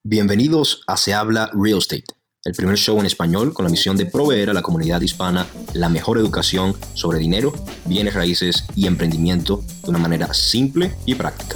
Bienvenidos a Se Habla Real Estate, el primer show en español con la misión de proveer a la comunidad hispana la mejor educación sobre dinero, bienes raíces y emprendimiento de una manera simple y práctica.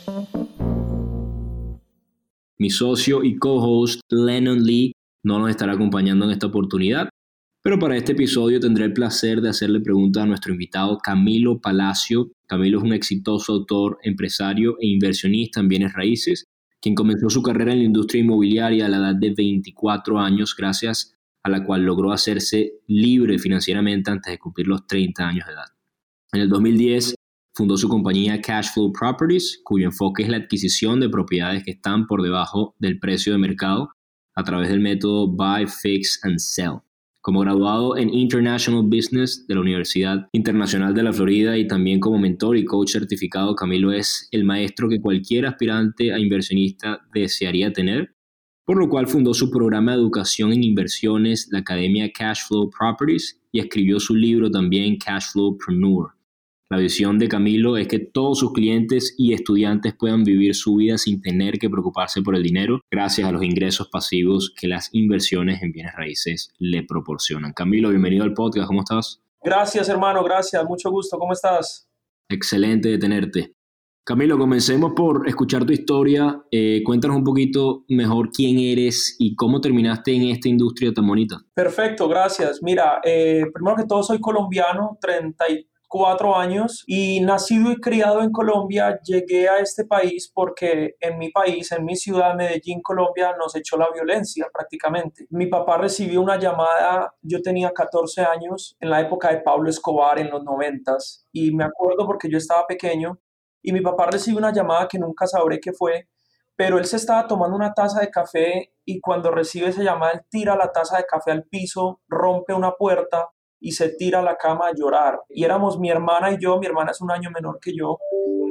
Mi socio y co-host Lennon Lee no nos estará acompañando en esta oportunidad, pero para este episodio tendré el placer de hacerle preguntas a nuestro invitado Camilo Palacio. Camilo es un exitoso autor, empresario e inversionista en bienes raíces, quien comenzó su carrera en la industria inmobiliaria a la edad de 24 años, gracias a la cual logró hacerse libre financieramente antes de cumplir los 30 años de edad. En el 2010 fundó su compañía Cashflow Properties, cuyo enfoque es la adquisición de propiedades que están por debajo del precio de mercado a través del método Buy, Fix and Sell. Como graduado en International Business de la Universidad Internacional de la Florida y también como mentor y coach certificado, Camilo es el maestro que cualquier aspirante a inversionista desearía tener, por lo cual fundó su programa de educación en inversiones, la Academia Cashflow Properties, y escribió su libro también Cashflowpreneur. La visión de Camilo es que todos sus clientes y estudiantes puedan vivir su vida sin tener que preocuparse por el dinero gracias a los ingresos pasivos que las inversiones en bienes raíces le proporcionan. Camilo, bienvenido al podcast. ¿Cómo estás? Gracias, hermano. Gracias. Mucho gusto. ¿Cómo estás? Excelente de tenerte. Camilo, comencemos por escuchar tu historia. Cuéntanos un poquito mejor quién eres y cómo terminaste en esta industria tan bonita. Perfecto, gracias. Mira, primero que todo soy colombiano, 34 años y nacido y criado en Colombia. Llegué a este país porque en mi país, en mi ciudad, Medellín, Colombia, nos echó la violencia prácticamente. Mi papá recibió una llamada, yo tenía 14 años, en la época de Pablo Escobar, en los 90s, y me acuerdo porque yo estaba pequeño, y mi papá recibió una llamada que nunca sabré qué fue, pero él se estaba tomando una taza de café y cuando recibe esa llamada, él tira la taza de café al piso, rompe una puerta y se tira a la cama a llorar. Y éramos mi hermana y yo, mi hermana es un año menor que yo.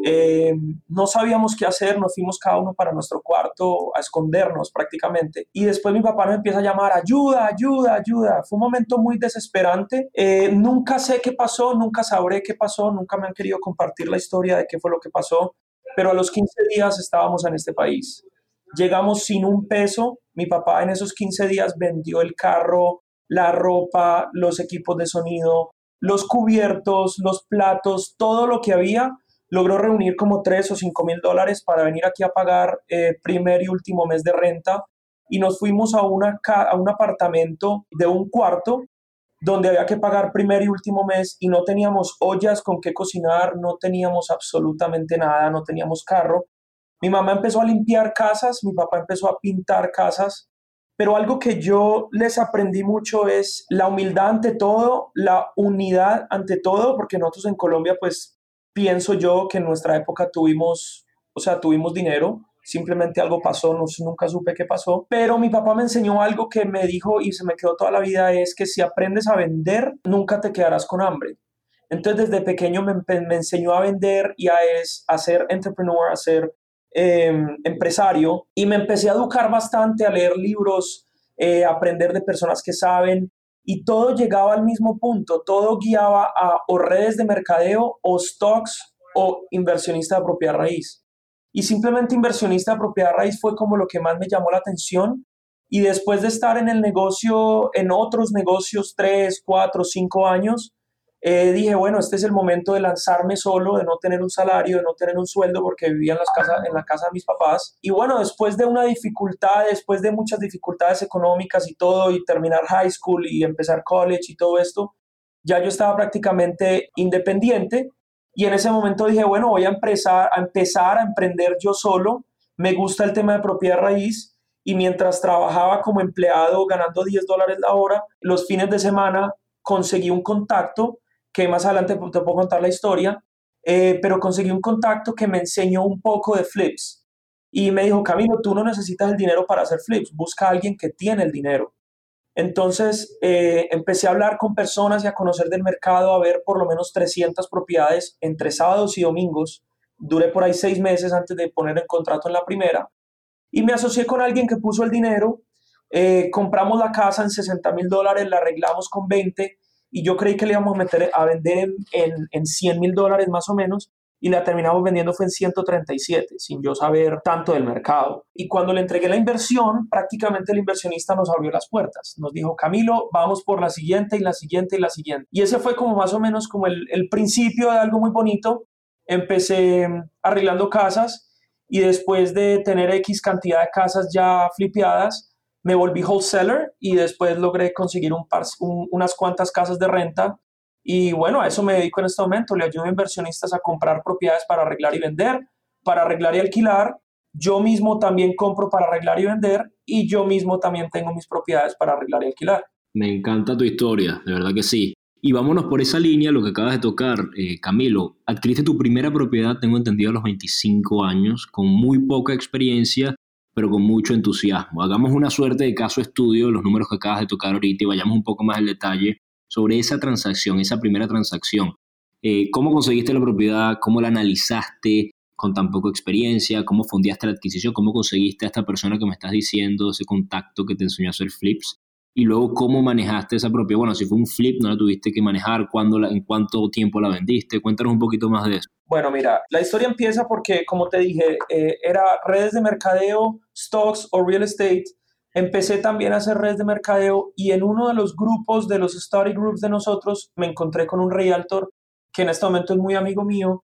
No sabíamos qué hacer, nos fuimos cada uno para nuestro cuarto a escondernos prácticamente. Y después mi papá nos empieza a llamar, ayuda, ayuda, ayuda. Fue un momento muy desesperante. Nunca sé qué pasó, nunca sabré qué pasó, nunca me han querido compartir la historia de qué fue lo que pasó, pero a los 15 días estábamos en este país. Llegamos sin un peso. Mi papá en esos 15 días vendió el carro, la ropa, los equipos de sonido, los cubiertos, los platos, todo lo que había. Logró reunir como $3,000 o $5,000 para venir aquí a pagar primer y último mes de renta y nos fuimos a un apartamento de un cuarto donde había que pagar primer y último mes y no teníamos ollas con qué cocinar, no teníamos absolutamente nada, no teníamos carro. Mi mamá empezó a limpiar casas, mi papá empezó a pintar casas, pero algo que yo les aprendí mucho es la humildad ante todo, la unidad ante todo, porque nosotros en Colombia, pues pienso yo que en nuestra época tuvimos dinero, simplemente algo pasó, nunca supe qué pasó, pero mi papá me enseñó algo que me dijo y se me quedó toda la vida, es que si aprendes a vender, nunca te quedarás con hambre. Entonces desde pequeño me enseñó a vender y a ser entrepreneur, a ser empresario, y me empecé a educar bastante, a leer libros, a aprender de personas que saben, y todo llegaba al mismo punto, todo guiaba a o redes de mercadeo o stocks o inversionista de propiedad raíz. Y simplemente inversionista de propiedad raíz fue como lo que más me llamó la atención. Y después de estar en el negocio, en otros negocios, 3, 4, 5 años, dije, bueno, este es el momento de lanzarme solo, de no tener un salario, de no tener un sueldo, porque vivía en la casa de mis papás. Y bueno, después de una dificultad, después de muchas dificultades económicas y todo, y terminar high school y empezar college y todo esto, ya yo estaba prácticamente independiente. Y en ese momento dije, bueno, voy a empezar a emprender yo solo. Me gusta el tema de propiedad raíz. Y mientras trabajaba como empleado ganando $10 la hora, los fines de semana conseguí un contacto que más adelante te puedo contar la historia, pero conseguí un contacto que me enseñó un poco de flips y me dijo, Camilo, tú no necesitas el dinero para hacer flips, busca a alguien que tiene el dinero. Entonces empecé a hablar con personas y a conocer del mercado, a ver por lo menos 300 propiedades entre sábados y domingos. Duré por ahí 6 meses antes de poner el contrato en la primera y me asocié con alguien que puso el dinero. Compramos la casa en $60,000, la arreglamos con 20 y yo creí que le íbamos a vender en $100,000 más o menos, y la terminamos vendiendo fue en 137, sin yo saber tanto del mercado. Y cuando le entregué la inversión, prácticamente el inversionista nos abrió las puertas. Nos dijo, Camilo, vamos por la siguiente y la siguiente y la siguiente. Y ese fue como más o menos como el principio de algo muy bonito. Empecé arreglando casas y después de tener X cantidad de casas ya flipeadas, me volví wholesaler y después logré conseguir unas cuantas casas de renta. Y bueno, a eso me dedico en este momento. Le ayudo a inversionistas a comprar propiedades para arreglar y vender, para arreglar y alquilar. Yo mismo también compro para arreglar y vender y yo mismo también tengo mis propiedades para arreglar y alquilar. Me encanta tu historia, de verdad que sí. Y vámonos por esa línea, lo que acabas de tocar, Camilo. Adquiriste tu primera propiedad, tengo entendido, a los 25 años, con muy poca experiencia, pero con mucho entusiasmo. Hagamos una suerte de caso estudio, los números que acabas de tocar ahorita, y vayamos un poco más al detalle sobre esa transacción, esa primera transacción. ¿Cómo conseguiste la propiedad? ¿Cómo la analizaste con tan poca experiencia? ¿Cómo fondeaste la adquisición? ¿Cómo conseguiste a esta persona que me estás diciendo, ese contacto que te enseñó a hacer flips? Y luego, ¿cómo manejaste esa propiedad? Bueno, si fue un flip, ¿no la tuviste que manejar? ¿En cuánto tiempo la vendiste? Cuéntanos un poquito más de eso. Bueno, mira, la historia empieza porque, como te dije, era redes de mercadeo, stocks o real estate. Empecé también a hacer redes de mercadeo y en uno de los grupos, de los study groups de nosotros, me encontré con un realtor que en este momento es muy amigo mío.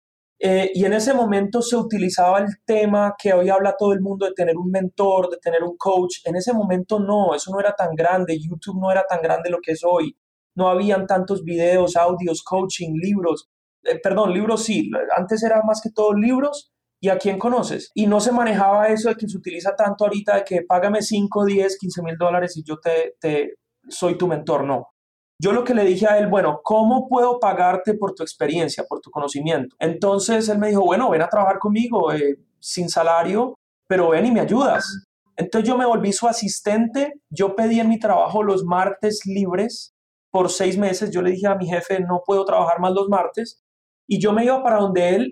Y en ese momento se utilizaba el tema que hoy habla todo el mundo de tener un mentor, de tener un coach. En ese momento no, eso no era tan grande, YouTube no era tan grande lo que es hoy. No habían tantos videos, audios, coaching, libros. Libros sí, antes era más que todo libros y a quién conoces. Y no se manejaba eso de que se utiliza tanto ahorita de que págame 5, 10, 15 mil dólares y yo soy tu mentor, no. Yo lo que le dije a él, bueno, ¿cómo puedo pagarte por tu experiencia, por tu conocimiento? Entonces él me dijo, bueno, ven a trabajar conmigo sin salario, pero ven y me ayudas. Entonces yo me volví su asistente, yo pedí en mi trabajo los martes libres por 6 meses, yo le dije a mi jefe, no puedo trabajar más los martes, y yo me iba para donde él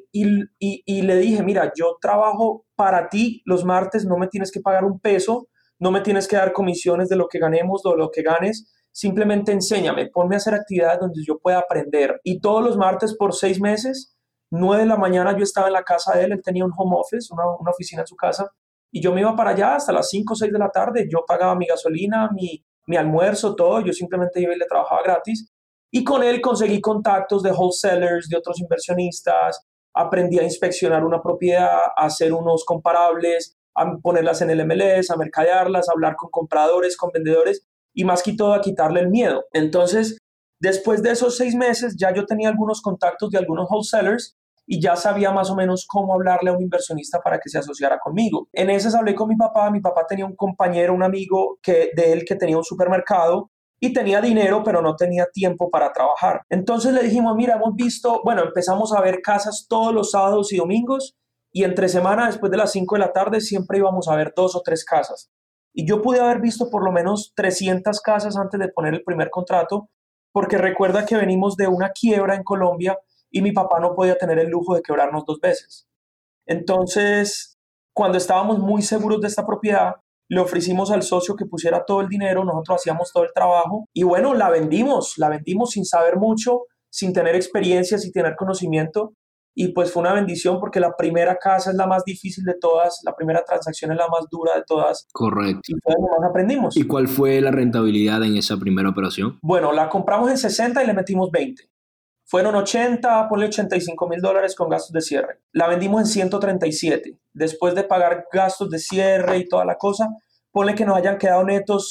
y le dije, mira, yo trabajo para ti los martes, no me tienes que pagar un peso, no me tienes que dar comisiones de lo que ganemos, de lo que ganes, simplemente enséñame, ponme a hacer actividades donde yo pueda aprender. Y todos los martes por 6 meses, 9 de la mañana yo estaba en la casa de él, él tenía un home office, una oficina en su casa, y yo me iba para allá hasta las 5 o 6 de la tarde, yo pagaba mi gasolina, mi almuerzo, todo, yo simplemente iba y le trabajaba gratis. Y con él conseguí contactos de wholesalers, de otros inversionistas, aprendí a inspeccionar una propiedad, a hacer unos comparables, a ponerlas en el MLS, a mercadearlas, a hablar con compradores, con vendedores y más que todo a quitarle el miedo. Entonces, después de esos 6 meses ya yo tenía algunos contactos de algunos wholesalers y ya sabía más o menos cómo hablarle a un inversionista para que se asociara conmigo. En esas hablé con mi papá tenía un compañero, un amigo de él que tenía un supermercado y tenía dinero, pero no tenía tiempo para trabajar. Entonces le dijimos, mira, empezamos a ver casas todos los sábados y domingos y entre semana, después de las 5 de la tarde, siempre íbamos a ver 2 o 3 casas. Y yo pude haber visto por lo menos 300 casas antes de poner el primer contrato, porque recuerda que venimos de una quiebra en Colombia y mi papá no podía tener el lujo de quebrarnos 2 veces. Entonces, cuando estábamos muy seguros de esta propiedad, le ofrecimos al socio que pusiera todo el dinero, nosotros hacíamos todo el trabajo y bueno, la vendimos sin saber mucho, sin tener experiencia, sin tener conocimiento y pues fue una bendición porque la primera casa es la más difícil de todas, la primera transacción es la más dura de todas. Correcto. Y fue donde más aprendimos. ¿Y cuál fue la rentabilidad en esa primera operación? Bueno, la compramos en 60 y le metimos 20. Fueron 80, ponle 85 mil dólares con gastos de cierre. La vendimos en 137. Después de pagar gastos de cierre y toda la cosa, ponle que nos hayan quedado netos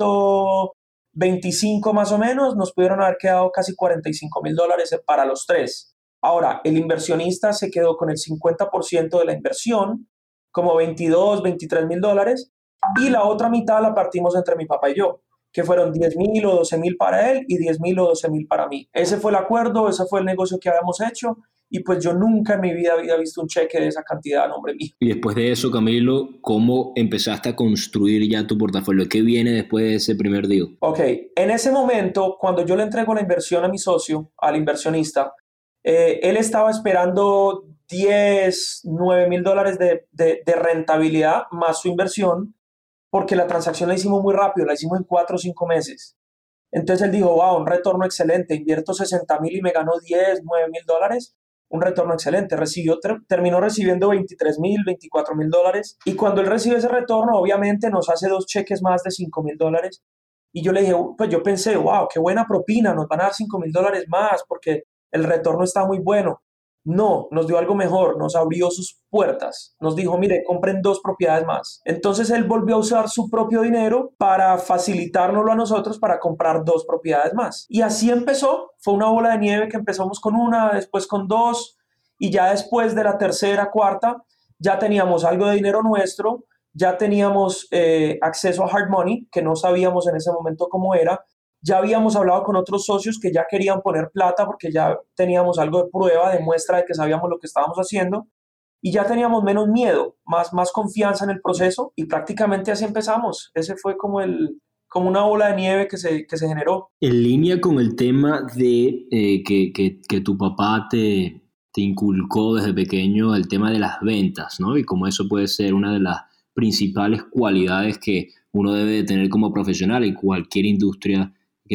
125 más o menos, nos pudieron haber quedado casi 45 mil dólares para los 3. Ahora, el inversionista se quedó con el 50% de la inversión, como 22, 23 mil dólares, y la otra mitad la partimos entre mi papá y yo, que fueron 10 mil o 12 mil para él y 10 mil o 12 mil para mí. Ese fue el acuerdo, ese fue el negocio que habíamos hecho y pues yo nunca en mi vida había visto un cheque de esa cantidad a nombre mío. Y después de eso, Camilo, ¿cómo empezaste a construir ya tu portafolio? ¿Qué viene después de ese primer deal? Ok, en ese momento, cuando yo le entrego la inversión a mi socio, al inversionista, él estaba esperando 10, 9 mil dólares de rentabilidad más su inversión, porque la transacción la hicimos muy rápido, la hicimos en 4 o 5 meses. Entonces él dijo, wow, un retorno excelente, invierto 60 mil y me ganó 10, 9 mil dólares. un retorno excelente. Terminó recibiendo $23,000, $24,000, y cuando él recibe ese retorno, obviamente nos hace 2 cheques más de $5,000. Y yo le dije, pues yo pensé, wow, qué buena propina, nos van a dar $5,000 más porque el retorno está muy bueno. No, nos dio algo mejor, nos abrió sus puertas, nos dijo, mire, compren 2 propiedades más. Entonces él volvió a usar su propio dinero para facilitárnoslo a nosotros para comprar 2 propiedades más. Y así empezó, fue una bola de nieve que empezamos con una, después con 2, y ya después de la tercera, cuarta, ya teníamos algo de dinero nuestro, ya teníamos acceso a hard money, que no sabíamos en ese momento cómo era. Ya habíamos hablado con otros socios que ya querían poner plata porque ya teníamos algo de prueba, de muestra de que sabíamos lo que estábamos haciendo, y ya teníamos menos miedo, más confianza en el proceso, y prácticamente así empezamos. Ese fue como una bola de nieve que se generó. En línea con el tema de que tu papá te inculcó desde pequeño el tema de las ventas, ¿no? Y cómo eso puede ser una de las principales cualidades que uno debe de tener como profesional en cualquier industria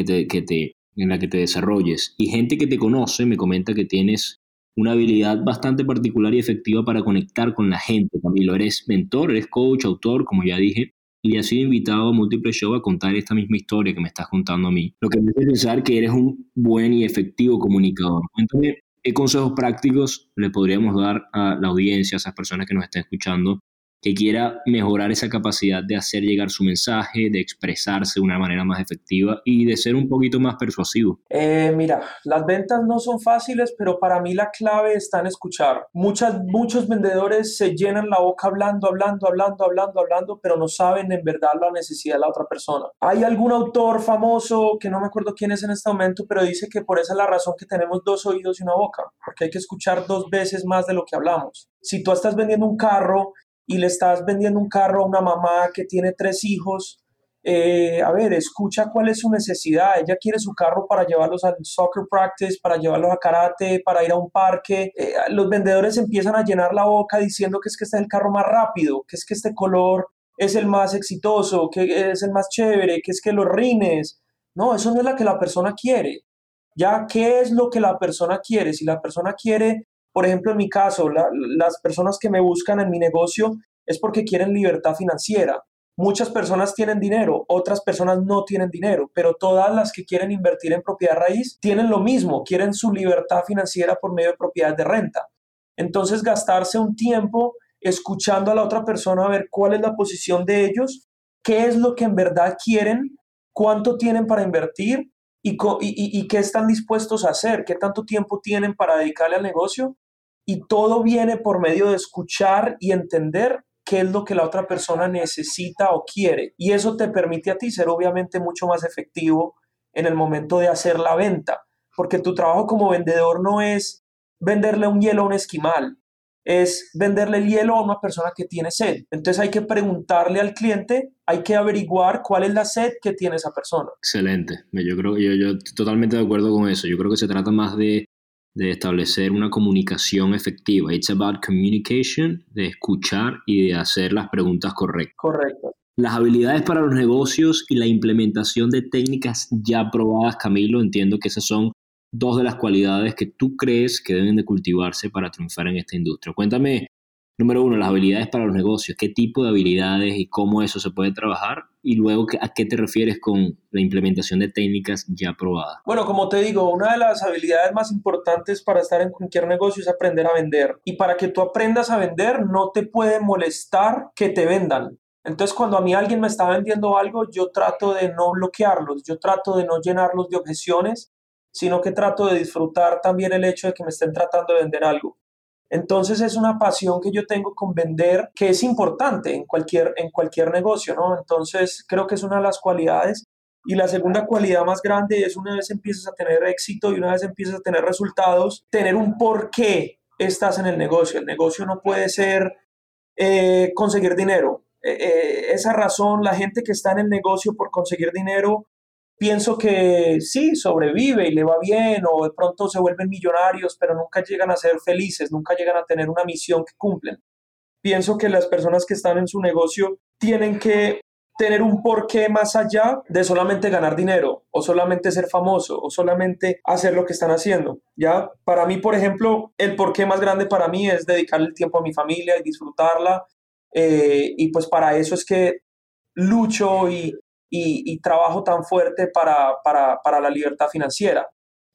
en la que te desarrolles. Y gente que te conoce me comenta que tienes una habilidad bastante particular y efectiva para conectar con la gente, Camilo. Eres mentor, eres coach, autor, como ya dije, y has sido invitado a múltiples shows a contar esta misma historia que me estás contando a mí. Lo que me hace pensar que eres un buen y efectivo comunicador. Cuéntame, ¿qué consejos prácticos le podríamos dar a la audiencia, a esas personas que nos estén escuchando, que quiera mejorar esa capacidad de hacer llegar su mensaje, de expresarse de una manera más efectiva y de ser un poquito más persuasivo? Mira, las ventas no son fáciles, pero para mí la clave está en escuchar. Muchos vendedores se llenan la boca hablando, pero no saben en verdad la necesidad de la otra persona. Hay algún autor famoso, que no me acuerdo quién es en este momento, pero dice que por esa es la razón que tenemos 2 oídos y una boca, porque hay que escuchar 2 veces más de lo que hablamos. Si tú estás vendiendo un carro y le estás vendiendo un carro a una mamá que tiene 3 hijos, a ver, escucha cuál es su necesidad. Ella quiere su carro para llevarlos al soccer practice, para llevarlos a karate, para ir a un parque. Los vendedores empiezan a llenar la boca diciendo que es que este es el carro más rápido, que es que este color es el más exitoso, que es el más chévere, que es que los rines. No, eso no es lo que la persona quiere. Ya, ¿qué es lo que la persona quiere? Si la persona quiere, por ejemplo, en mi caso, las personas que me buscan en mi negocio es porque quieren libertad financiera. Muchas personas tienen dinero, otras personas no tienen dinero, pero todas las que quieren invertir en propiedad raíz tienen lo mismo, quieren su libertad financiera por medio de propiedades de renta. Entonces, gastarse un tiempo escuchando a la otra persona a ver cuál es la posición de ellos, qué es lo que en verdad quieren, cuánto tienen para invertir y qué están dispuestos a hacer, qué tanto tiempo tienen para dedicarle al negocio. Y todo viene por medio de escuchar y entender qué es lo que la otra persona necesita o quiere. Y eso te permite a ti ser obviamente mucho más efectivo en el momento de hacer la venta, porque tu trabajo como vendedor no es venderle un hielo a un esquimal, es venderle el hielo a una persona que tiene sed. Entonces hay que preguntarle al cliente, hay que averiguar cuál es la sed que tiene esa persona. Excelente. Yo estoy totalmente de acuerdo con eso. Yo creo que se trata más de establecer una comunicación efectiva. It's about communication, de escuchar y de hacer las preguntas correctas. Correcto. Las habilidades para los negocios y la implementación de técnicas ya probadas, Camilo, entiendo que esas son 2 de las cualidades que tú crees que deben de cultivarse para triunfar en esta industria. Cuéntame, número 1, las habilidades para los negocios. ¿Qué tipo de habilidades y cómo eso se puede trabajar? Y luego, ¿a qué te refieres con la implementación de técnicas ya probadas? Bueno, como te digo, una de las habilidades más importantes para estar en cualquier negocio es aprender a vender. Y para que tú aprendas a vender, no te puede molestar que te vendan. Entonces, cuando a mí alguien me está vendiendo algo, yo trato de no bloquearlos, yo trato de no llenarlos de objeciones, sino que trato de disfrutar también el hecho de que me estén tratando de vender algo. Entonces es una pasión que yo tengo con vender, que es importante en cualquier negocio, ¿no? Entonces creo que es una de las cualidades. Y la segunda cualidad más grande es, una vez empiezas a tener éxito y una vez empiezas a tener resultados, tener un por qué estás en el negocio. El negocio no puede ser conseguir dinero. Esa razón, la gente que está en el negocio por conseguir dinero, pienso que sí, sobrevive y le va bien, o de pronto se vuelven millonarios, pero nunca llegan a ser felices, nunca llegan a tener una misión que cumplen. Pienso que las personas que están en su negocio tienen que tener un porqué más allá de solamente ganar dinero o solamente ser famoso o solamente hacer lo que están haciendo. Ya, para mí, por ejemplo, el porqué más grande para mí es dedicarle el tiempo a mi familia y disfrutarla. Y pues para eso es que lucho y trabajo tan fuerte para la libertad financiera.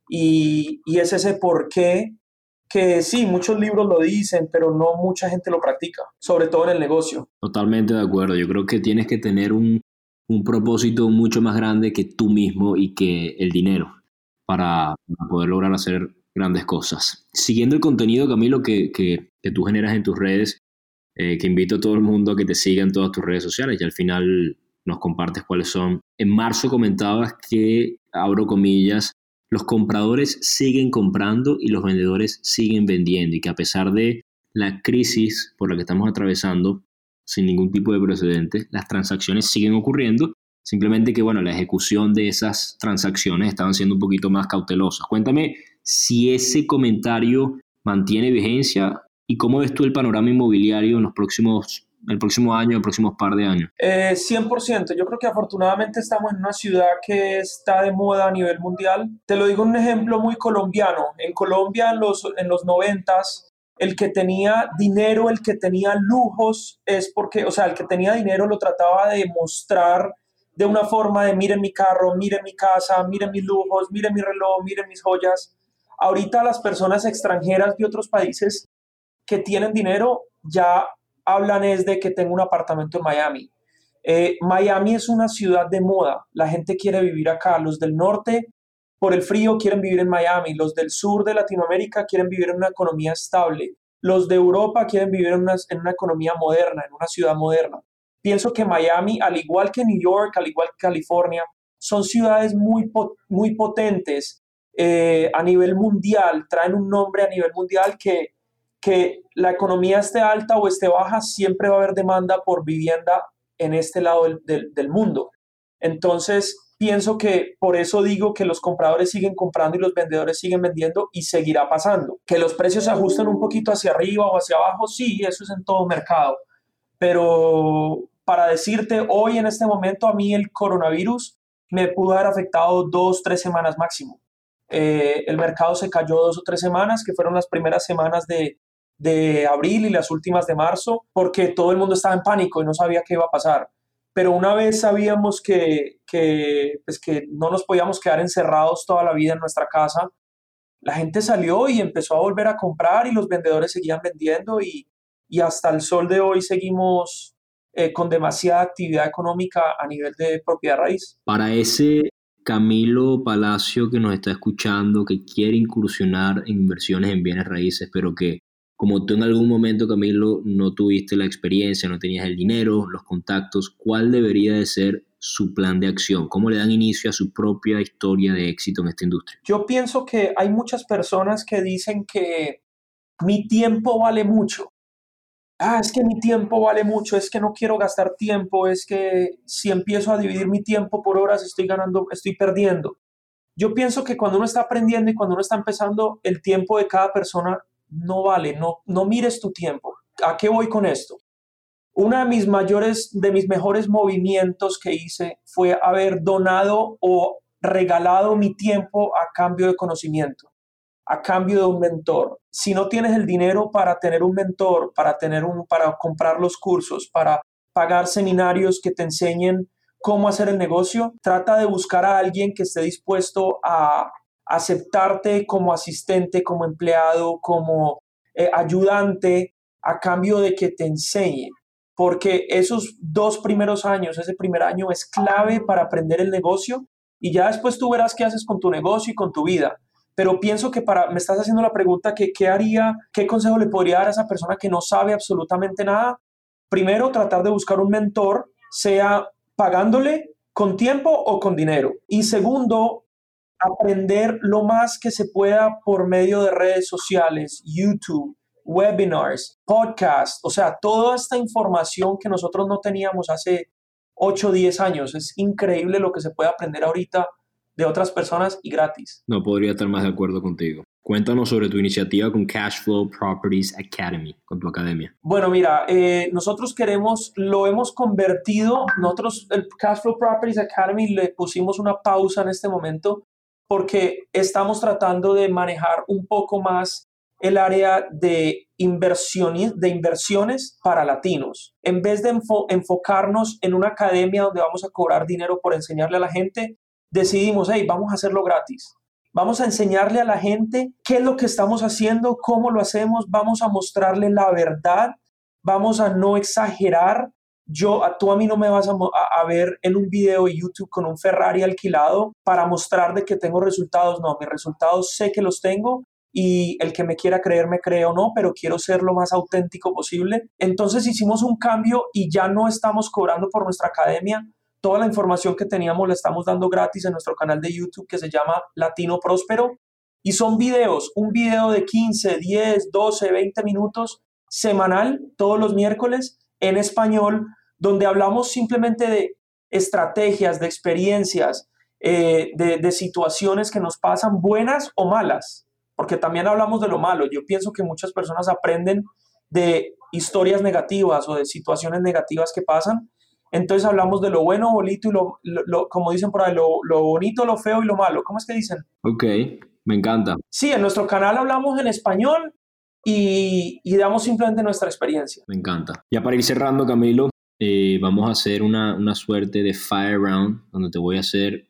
Y es ese porqué que sí, muchos libros lo dicen, pero no mucha gente lo practica, sobre todo en el negocio. Totalmente de acuerdo. Yo creo que tienes que tener un propósito mucho más grande que tú mismo y que el dinero para poder lograr hacer grandes cosas. Siguiendo el contenido, Camilo, que tú generas en tus redes, que invito a todo el mundo a que te siga en todas tus redes sociales y al final nos compartes cuáles son. En marzo comentabas que, abro comillas, los compradores siguen comprando y los vendedores siguen vendiendo y que a pesar de la crisis por la que estamos atravesando, sin ningún tipo de precedentes, las transacciones siguen ocurriendo, simplemente que, bueno, la ejecución de esas transacciones estaban siendo un poquito más cautelosas. Cuéntame si ese comentario mantiene vigencia y cómo ves tú el panorama inmobiliario en el próximo año, el próximo par de años. 100%. Yo creo que afortunadamente estamos en una ciudad que está de moda a nivel mundial. Te lo digo un ejemplo muy colombiano. En Colombia en los 90s, el que tenía dinero, el que tenía lujos, es porque, o sea, el que tenía dinero lo trataba de mostrar de una forma de miren mi carro, miren mi casa, miren mis lujos, miren mi reloj, miren mis joyas. Ahorita las personas extranjeras de otros países que tienen dinero ya hablan es de que tengo un apartamento en Miami. Miami es una ciudad de moda, la gente quiere vivir acá, los del norte por el frío quieren vivir en Miami, los del sur de Latinoamérica quieren vivir en una economía estable, los de Europa quieren vivir en una economía moderna, en una ciudad moderna. Pienso que Miami, al igual que New York, al igual que California, son ciudades muy potentes a nivel mundial, traen un nombre a nivel mundial que la economía esté alta o esté baja, siempre va a haber demanda por vivienda en este lado del mundo. Entonces, pienso que por eso digo que los compradores siguen comprando y los vendedores siguen vendiendo y seguirá pasando. Que los precios se ajusten un poquito hacia arriba o hacia abajo, sí, eso es en todo mercado. Pero para decirte, hoy en este momento a mí el coronavirus me pudo haber afectado 2, 3 semanas máximo. El mercado se cayó 2 o 3 semanas, que fueron las primeras semanas de abril y las últimas de marzo, porque todo el mundo estaba en pánico y no sabía qué iba a pasar. Pero una vez sabíamos pues que no nos podíamos quedar encerrados toda la vida en nuestra casa, la gente salió y empezó a volver a comprar y los vendedores seguían vendiendo y hasta el sol de hoy seguimos con demasiada actividad económica a nivel de propiedad raíz. Para ese Camilo Palacio que nos está escuchando, que quiere incursionar en inversiones en bienes raíces, pero que como tú en algún momento, Camilo, no tuviste la experiencia, no tenías el dinero, los contactos, ¿cuál debería de ser su plan de acción? ¿Cómo le dan inicio a su propia historia de éxito en esta industria? Yo pienso que hay muchas personas que dicen que mi tiempo vale mucho. Es que mi tiempo vale mucho, es que no quiero gastar tiempo, es que si empiezo a dividir mi tiempo por horas estoy perdiendo. Yo pienso que cuando uno está aprendiendo y cuando uno está empezando, el tiempo de cada persona no vale, no mires tu tiempo. ¿A qué voy con esto? Uno de mis mejores movimientos que hice fue haber donado o regalado mi tiempo a cambio de conocimiento, a cambio de un mentor. Si no tienes el dinero para tener un mentor, para comprar los cursos, para pagar seminarios que te enseñen cómo hacer el negocio, trata de buscar a alguien que esté dispuesto a aceptarte como asistente, como empleado, como ayudante, a cambio de que te enseñe. Porque esos 2 primeros años, ese primer año es clave para aprender el negocio y ya después tú verás qué haces con tu negocio y con tu vida. Pero pienso que me estás haciendo la pregunta que qué haría, qué consejo le podría dar a esa persona que no sabe absolutamente nada. Primero, tratar de buscar un mentor, sea pagándole con tiempo o con dinero. Y segundo, aprender lo más que se pueda por medio de redes sociales, YouTube, webinars, podcasts, o sea, toda esta información que nosotros no teníamos hace 8 o 10 años. Es increíble lo que se puede aprender ahorita de otras personas y gratis. No podría estar más de acuerdo contigo. Cuéntanos sobre tu iniciativa con Cashflow Properties Academy, con tu academia. Bueno, mira, nosotros lo hemos convertido, el Cashflow Properties Academy le pusimos una pausa en este momento porque estamos tratando de manejar un poco más el área de inversiones para latinos. En vez de enfocarnos en una academia donde vamos a cobrar dinero por enseñarle a la gente, decidimos, hey, vamos a hacerlo gratis. Vamos a enseñarle a la gente qué es lo que estamos haciendo, cómo lo hacemos, vamos a mostrarle la verdad, vamos a no exagerar. Tú a mí no me vas a ver en un video de YouTube con un Ferrari alquilado para mostrar de que tengo resultados. No, mis resultados sé que los tengo y el que me quiera creer me cree o no, pero quiero ser lo más auténtico posible. Entonces hicimos un cambio y ya no estamos cobrando por nuestra academia. Toda la información que teníamos la estamos dando gratis en nuestro canal de YouTube que se llama Latino Próspero. Y son videos, un video de 15, 10, 12, 20 minutos semanal, todos los miércoles, en español, donde hablamos simplemente de estrategias, de experiencias, de situaciones que nos pasan, buenas o malas, porque también hablamos de lo malo. Yo pienso que muchas personas aprenden de historias negativas o de situaciones negativas que pasan. Entonces hablamos de lo bueno, bonito y como dicen por ahí, lo bonito, lo feo y lo malo. ¿Cómo es que dicen? Ok, me encanta. Sí, en nuestro canal hablamos en español y damos simplemente nuestra experiencia. Me encanta. Ya para ir cerrando, Camilo, vamos a hacer una suerte de fire round donde te voy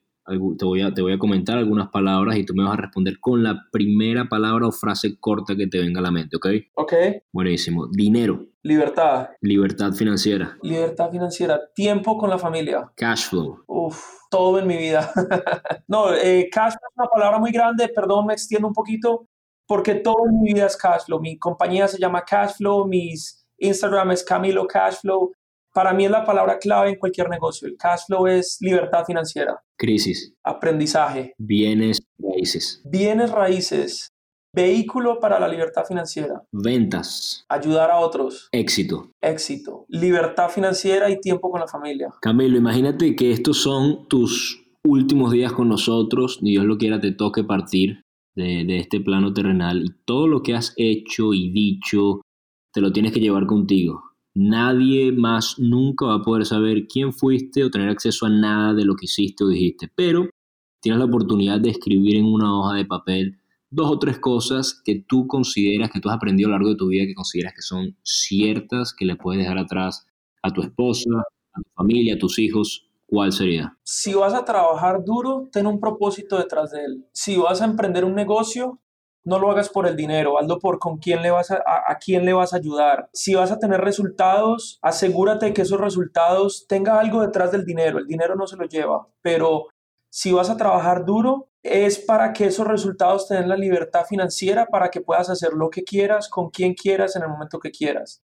a comentar algunas palabras y tú me vas a responder con la primera palabra o frase corta que te venga a la mente, ¿ok? Ok. Buenísimo. Dinero. Libertad. Libertad financiera. Libertad financiera. Tiempo con la familia. Cash flow. Todo en mi vida. No, cash flow es una palabra muy grande, perdón, me extiendo un poquito, porque todo en mi vida es cash flow. Mi compañía se llama Cashflow, mis Instagram es Camilo Cashflow. Para mí es la palabra clave en cualquier negocio. El cash flow es libertad financiera. Crisis. Aprendizaje. Bienes raíces. Bienes raíces. Vehículo para la libertad financiera. Ventas. Ayudar a otros. Éxito. Éxito. Libertad financiera y tiempo con la familia. Camilo, imagínate que estos son tus últimos días con nosotros. Ni Dios lo quiera, te toque partir de este plano terrenal. Y todo lo que has hecho y dicho, te lo tienes que llevar contigo. Nadie más nunca va a poder saber quién fuiste o tener acceso a nada de lo que hiciste o dijiste. Pero tienes la oportunidad de escribir en una hoja de papel 2 o 3 cosas que tú consideras, que tú has aprendido a lo largo de tu vida, que consideras que son ciertas, que le puedes dejar atrás a tu esposa, a tu familia, a tus hijos. ¿Cuál sería? Si vas a trabajar duro, ten un propósito detrás de él. Si vas a emprender un negocio, no lo hagas por el dinero, hazlo por a quién le vas a ayudar. Si vas a tener resultados, asegúrate que esos resultados tengan algo detrás del dinero. El dinero no se lo lleva, pero si vas a trabajar duro, es para que esos resultados te den la libertad financiera para que puedas hacer lo que quieras, con quien quieras, en el momento que quieras.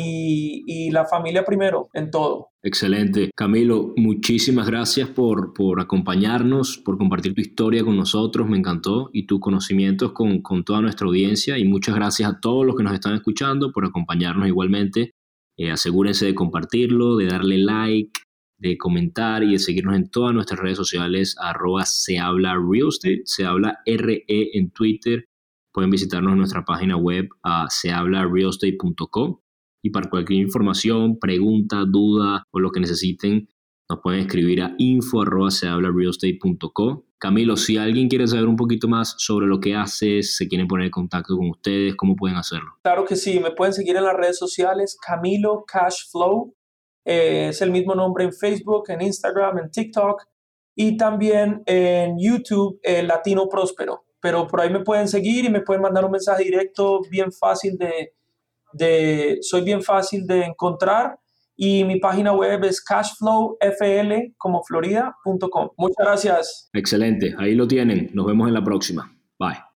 Y la familia primero, en todo. Excelente. Camilo, muchísimas gracias por acompañarnos, por compartir tu historia con nosotros, me encantó, y tus conocimientos con toda nuestra audiencia, y muchas gracias a todos los que nos están escuchando por acompañarnos igualmente. Asegúrense de compartirlo, de darle like, de comentar y de seguirnos en todas nuestras redes sociales, @sehablarealestate, se habla RE en Twitter. Pueden visitarnos en nuestra página web a sehablarealestate.com. Y para cualquier información, pregunta, duda o lo que necesiten, nos pueden escribir a info@sehablarealestate.com. Camilo, si alguien quiere saber un poquito más sobre lo que haces, se quieren poner en contacto con ustedes, ¿cómo pueden hacerlo? Claro que sí, me pueden seguir en las redes sociales, Camilo Cashflow. Es el mismo nombre en Facebook, en Instagram, en TikTok y también en YouTube, Latino Próspero. Pero por ahí me pueden seguir y me pueden mandar un mensaje directo, bien fácil soy bien fácil de encontrar, y mi página web es cashflowfl como Florida.com. Muchas gracias. Excelente, ahí lo tienen. Nos vemos en la próxima. Bye.